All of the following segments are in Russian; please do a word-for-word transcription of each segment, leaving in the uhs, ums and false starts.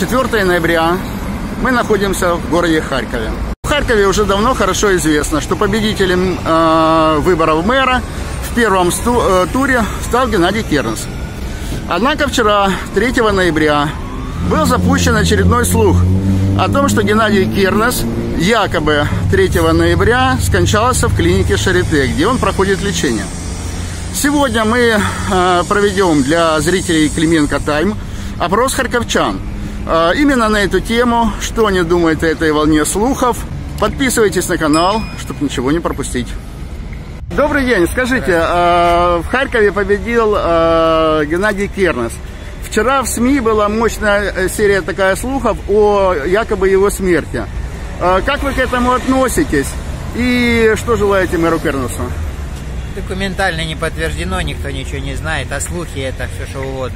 четвёртое ноября. Мы находимся в городе Харькове. В Харькове уже давно хорошо известно, что победителем э, выборов мэра в первом сту, э, туре стал Геннадий Кернес. Однако вчера, третьего ноября, был запущен очередной слух о том, что Геннадий Кернес якобы третьего ноября скончался в клинике Шарите, где он проходит лечение. Сегодня мы э, проведем для зрителей Клименко Тайм опрос харьковчан. Э, именно на эту тему, что они думают о этой волне слухов. Подписывайтесь на канал, чтобы ничего не пропустить. Добрый день, скажите, э, в Харькове победил э, Геннадий Кернес. Вчера в СМИ была мощная серия такая слухов о якобы его смерти. Э, как вы к этому относитесь и что желаете мэру Кернесу? Документально не подтверждено, никто ничего не знает, а слухи это все что угодно.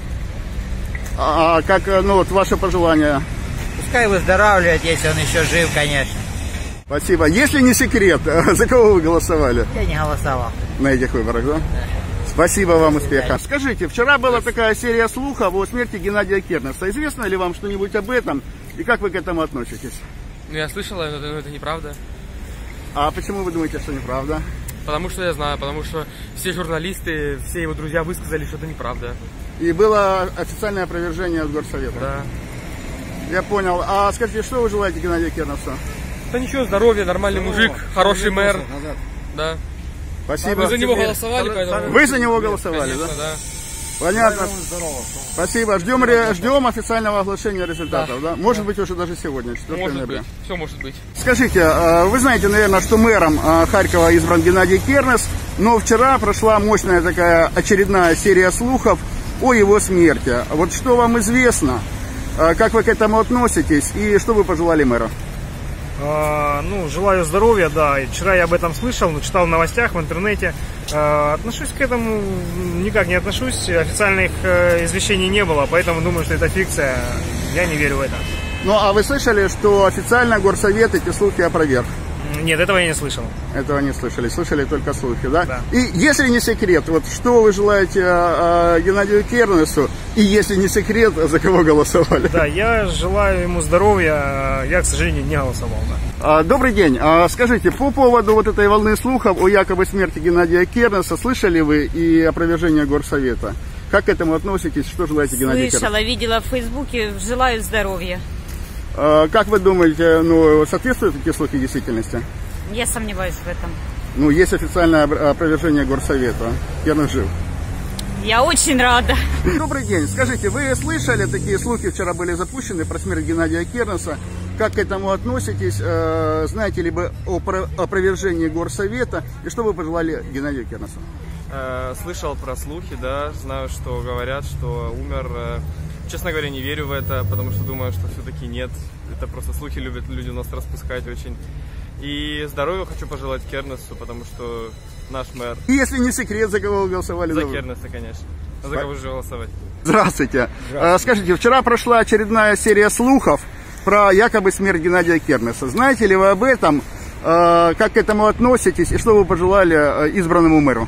А как, ну вот, ваше пожелание? Пускай выздоравливает, если он еще жив, конечно. Спасибо. Если не секрет, за кого вы голосовали? Я не голосовал. На этих выборах, да? Да. Спасибо вам, успеха. Скажите, вчера была такая серия слухов о смерти Геннадия Кернеса. Известно ли вам что-нибудь об этом и как вы к этому относитесь? Ну, я слышала, но это неправда. А почему вы думаете, что неправда? Потому что я знаю, потому что все журналисты, все его друзья высказали, что это неправда. И было официальное опровержение от горсовета? Да. Я понял. А скажите, что вы желаете Геннадию Кернесу? Да ничего, здоровья, нормальный здорово. Мужик, хороший мэр. Назад. Да. Спасибо. Вы за него голосовали, поэтому... Вы за него голосовали, конечно, да? да. Понятно. Спасибо. Ждем, ждем официального оглашения результатов, да? да? Может да. быть, уже даже сегодня, четвёртого ноября. Быть. Все может быть. Скажите, вы знаете, наверное, что мэром Харькова избран Геннадий Кернес, но вчера прошла мощная такая очередная серия слухов о его смерти. Вот что вам известно, как вы к этому относитесь и что вы пожелали мэру? Uh, ну, желаю здоровья, да. И вчера я об этом слышал, но читал в новостях, в интернете. Uh, отношусь к этому, никак не отношусь. Официальных uh, извещений не было, поэтому думаю, что это фикция. Я не верю в это. Ну, а вы слышали, что официально горсовет эти слухи опроверг? Нет, этого я не слышал. Этого не слышали, слышали только слухи, да? Да. И если не секрет, вот что вы желаете э, Геннадию Кернесу, и если не секрет, за кого голосовали? Да, я желаю ему здоровья, я, к сожалению, не голосовал, да. А, добрый день, а, скажите, по поводу вот этой волны слухов о якобы смерти Геннадия Кернеса, слышали вы и опровержение горсовета? Как к этому относитесь, что желаете Геннадию Кернесу? Слышала, видела в Фейсбуке, желаю здоровья. Как вы думаете, ну, соответствуют такие слухи действительности? Я сомневаюсь в этом. Ну, есть официальное опровержение горсовета. Кернес жив. Я очень рада. Добрый день. Скажите, вы слышали, такие слухи вчера были запущены про смерть Геннадия Кернеса? Как к этому относитесь? Знаете ли вы о опровержении горсовета? И что вы пожелали Геннадию Кернесу? Слышал про слухи, да. Знаю, что говорят, что умер... Честно говоря, не верю в это, потому что думаю, что все-таки нет. Это просто слухи любят люди у нас распускать очень. И здоровья хочу пожелать Кернесу, потому что наш мэр. И если не секрет, за кого вы голосовали? За Кернеса, конечно. А за кого же голосовать? Здравствуйте. Здравствуйте. Скажите, вчера прошла очередная серия слухов про якобы смерть Геннадия Кернеса. Знаете ли вы об этом? Как к этому относитесь и что вы пожелали избранному мэру?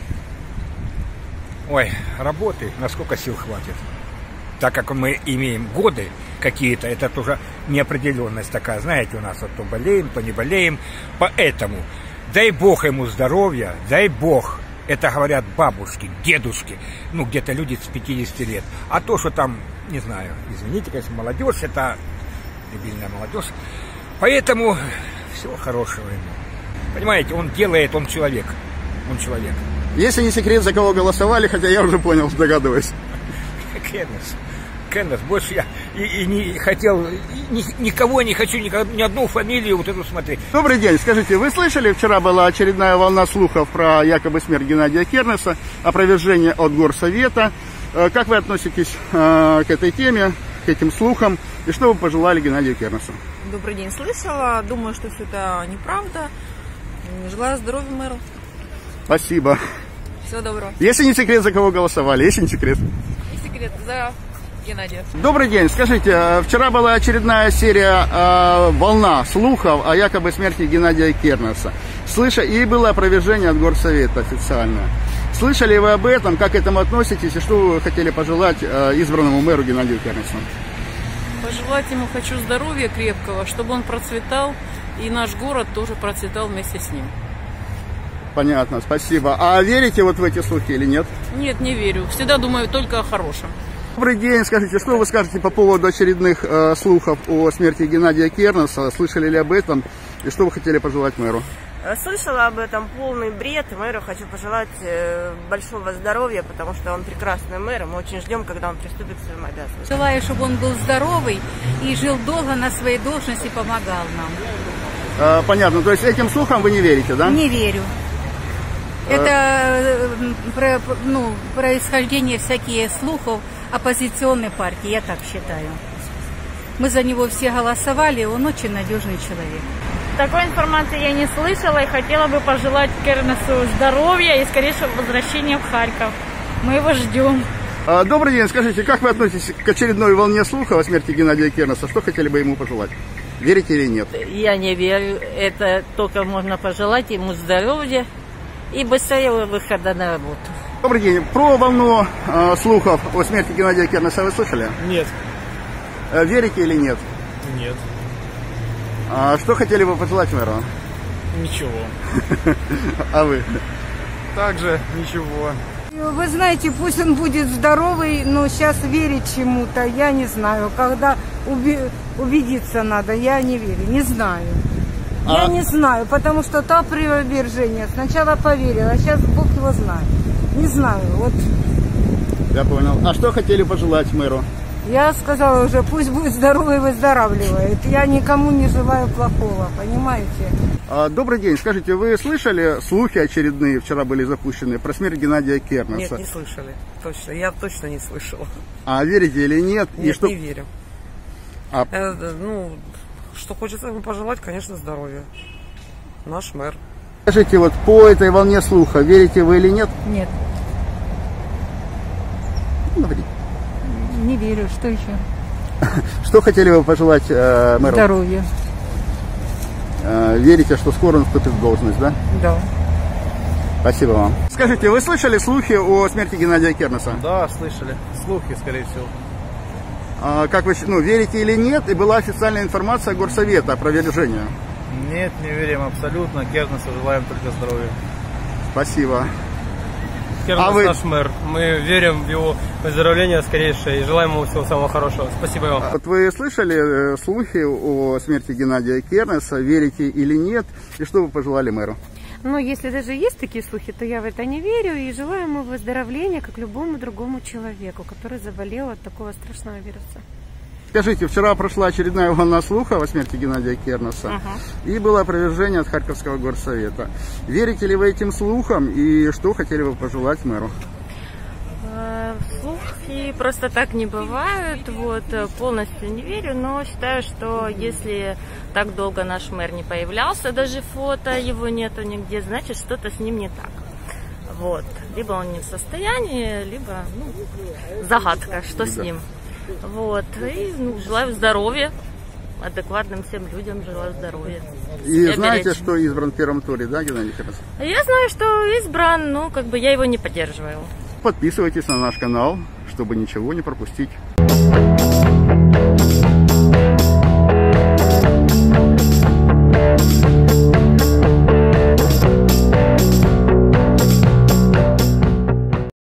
Ой, работы, насколько сил хватит. Так как мы имеем годы какие-то, это тоже неопределенность такая, знаете, у нас вот то болеем, то не болеем. Поэтому дай Бог ему здоровья, дай Бог, это говорят бабушки, дедушки, ну где-то люди с пятидесяти лет. А то, что там, не знаю, извините, конечно, молодежь, это дебильная молодежь. Поэтому всего хорошего ему. Понимаете, он делает, он человек, он человек. Если не секрет, за кого голосовали, хотя я уже понял, догадываюсь. Кернес. Кернес, больше я и, и не хотел, и, ни, никого не хочу, ни, ни одну фамилию вот эту смотреть. Добрый день, скажите, вы слышали, вчера была очередная волна слухов про якобы смерть Геннадия Кернеса, опровержение от горсовета. Как вы относитесь э, к этой теме, к этим слухам, и что вы пожелали Геннадию Кернесу? Добрый день, слышала, думаю, что все это неправда. Желаю здоровья мэру. Спасибо. Всего доброго. Если не секрет, за кого голосовали, если не секрет. Не секрет, за Геннадия. Добрый день. Скажите, вчера была очередная серия э, волна слухов о якобы смерти Геннадия Кернеса. Слыша, и было опровержение от горсовета официальное. Слышали вы об этом? Как к этому относитесь? И что вы хотели пожелать э, избранному мэру Геннадию Кернесу? Пожелать ему хочу здоровья крепкого, чтобы он процветал, и наш город тоже процветал вместе с ним. Понятно, спасибо. А верите вот в эти слухи или нет? Нет, не верю. Всегда думаю только о хорошем. Добрый день. Скажите, что вы скажете по поводу очередных э, слухов о смерти Геннадия Кернеса? Слышали ли об этом? И что вы хотели пожелать мэру? Слышала об этом, полный бред. Мэру хочу пожелать большого здоровья, потому что он прекрасный мэр, и мы очень ждем, когда он приступит к своим обязанностям. Желаю, чтобы он был здоровый и жил долго на своей должности и помогал нам. А, понятно, то есть этим слухам вы не верите, да? Не верю. Это про, ну, происхождение всяких слухов оппозиционной партии, я так считаю. Мы за него все голосовали, он очень надежный человек. Такой информации я не слышала и хотела бы пожелать Кернесу здоровья и скорейшего возвращения в Харьков. Мы его ждем. Добрый день. Скажите, как вы относитесь к очередной волне слухов о смерти Геннадия Кернеса? Что хотели бы ему пожелать? Верите или нет? Я не верю. Это только можно пожелать ему здоровья и быстрее выхода на работу. Добрый день. Про волну э, слухов о смерти Геннадия Кернеса вы слышали? Нет. Э, верите или нет? Нет. А что хотели бы пожелать мэру? Ничего. А вы? Также ничего. Вы знаете, пусть он будет здоровый, но сейчас верить чему-то, я не знаю. Когда уби- убедиться надо, я не верю, не знаю. А... Я не знаю, потому что то привержение. Сначала поверила, а сейчас Бог его знает. Не знаю, вот. Я понял. А что хотели пожелать мэру? Я сказала уже, пусть будет здоровый и выздоравливает. Я никому не желаю плохого, понимаете? А, добрый день. Скажите, вы слышали слухи очередные, вчера были запущены, про смерть Геннадия Кернеса? Нет, не слышали. Точно. Я точно не слышала. А верите или нет? Нет, и что... не верю. А... Э, ну, что хочется ему пожелать, конечно, здоровья. Наш мэр. Скажите, вот по этой волне слуха, верите вы или нет? Нет. Говорите. Не верю. Что еще? Что хотели бы пожелать э, мэру? Здоровья. Э, верите, что скоро он вступит в должность, да? Да. Спасибо вам. Скажите, вы слышали слухи о смерти Геннадия Кернеса? Да, слышали. Слухи, скорее всего. А, как вы ну, верите или нет? И была официальная информация Горсовета о опровержении. Нет, не верим абсолютно. Кернесу желаем только здоровья. Спасибо. Кернес а вы... наш мэр. Мы верим в его выздоровление скорейшее и желаем ему всего самого хорошего. Спасибо вам. Вот вы слышали слухи о смерти Геннадия Кернеса? Верите или нет? И что вы пожелали мэру? Но если даже есть такие слухи, то я в это не верю и желаю ему выздоровления, как любому другому человеку, который заболел от такого страшного вируса. Скажите, вчера прошла очередная волна слухов о смерти Геннадия Кернеса, uh-huh. и было опровержение от Харьковского горсовета. Верите ли вы этим слухам и что хотели бы пожелать мэру? Слухи просто так не бывают, вот, полностью не верю, но считаю, что если так долго наш мэр не появлялся, даже фото его нету нигде, значит, что-то с ним не так. Вот. Либо он не в состоянии, либо ну, загадка, что с ним. Вот. И ну, желаю здоровья, адекватным всем людям желаю здоровья. И я знаете, беречь. Что избран в первом туре, да, Геннадий Кернес? Я знаю, что избран, но как бы я его не поддерживаю. Подписывайтесь на наш канал, чтобы ничего не пропустить.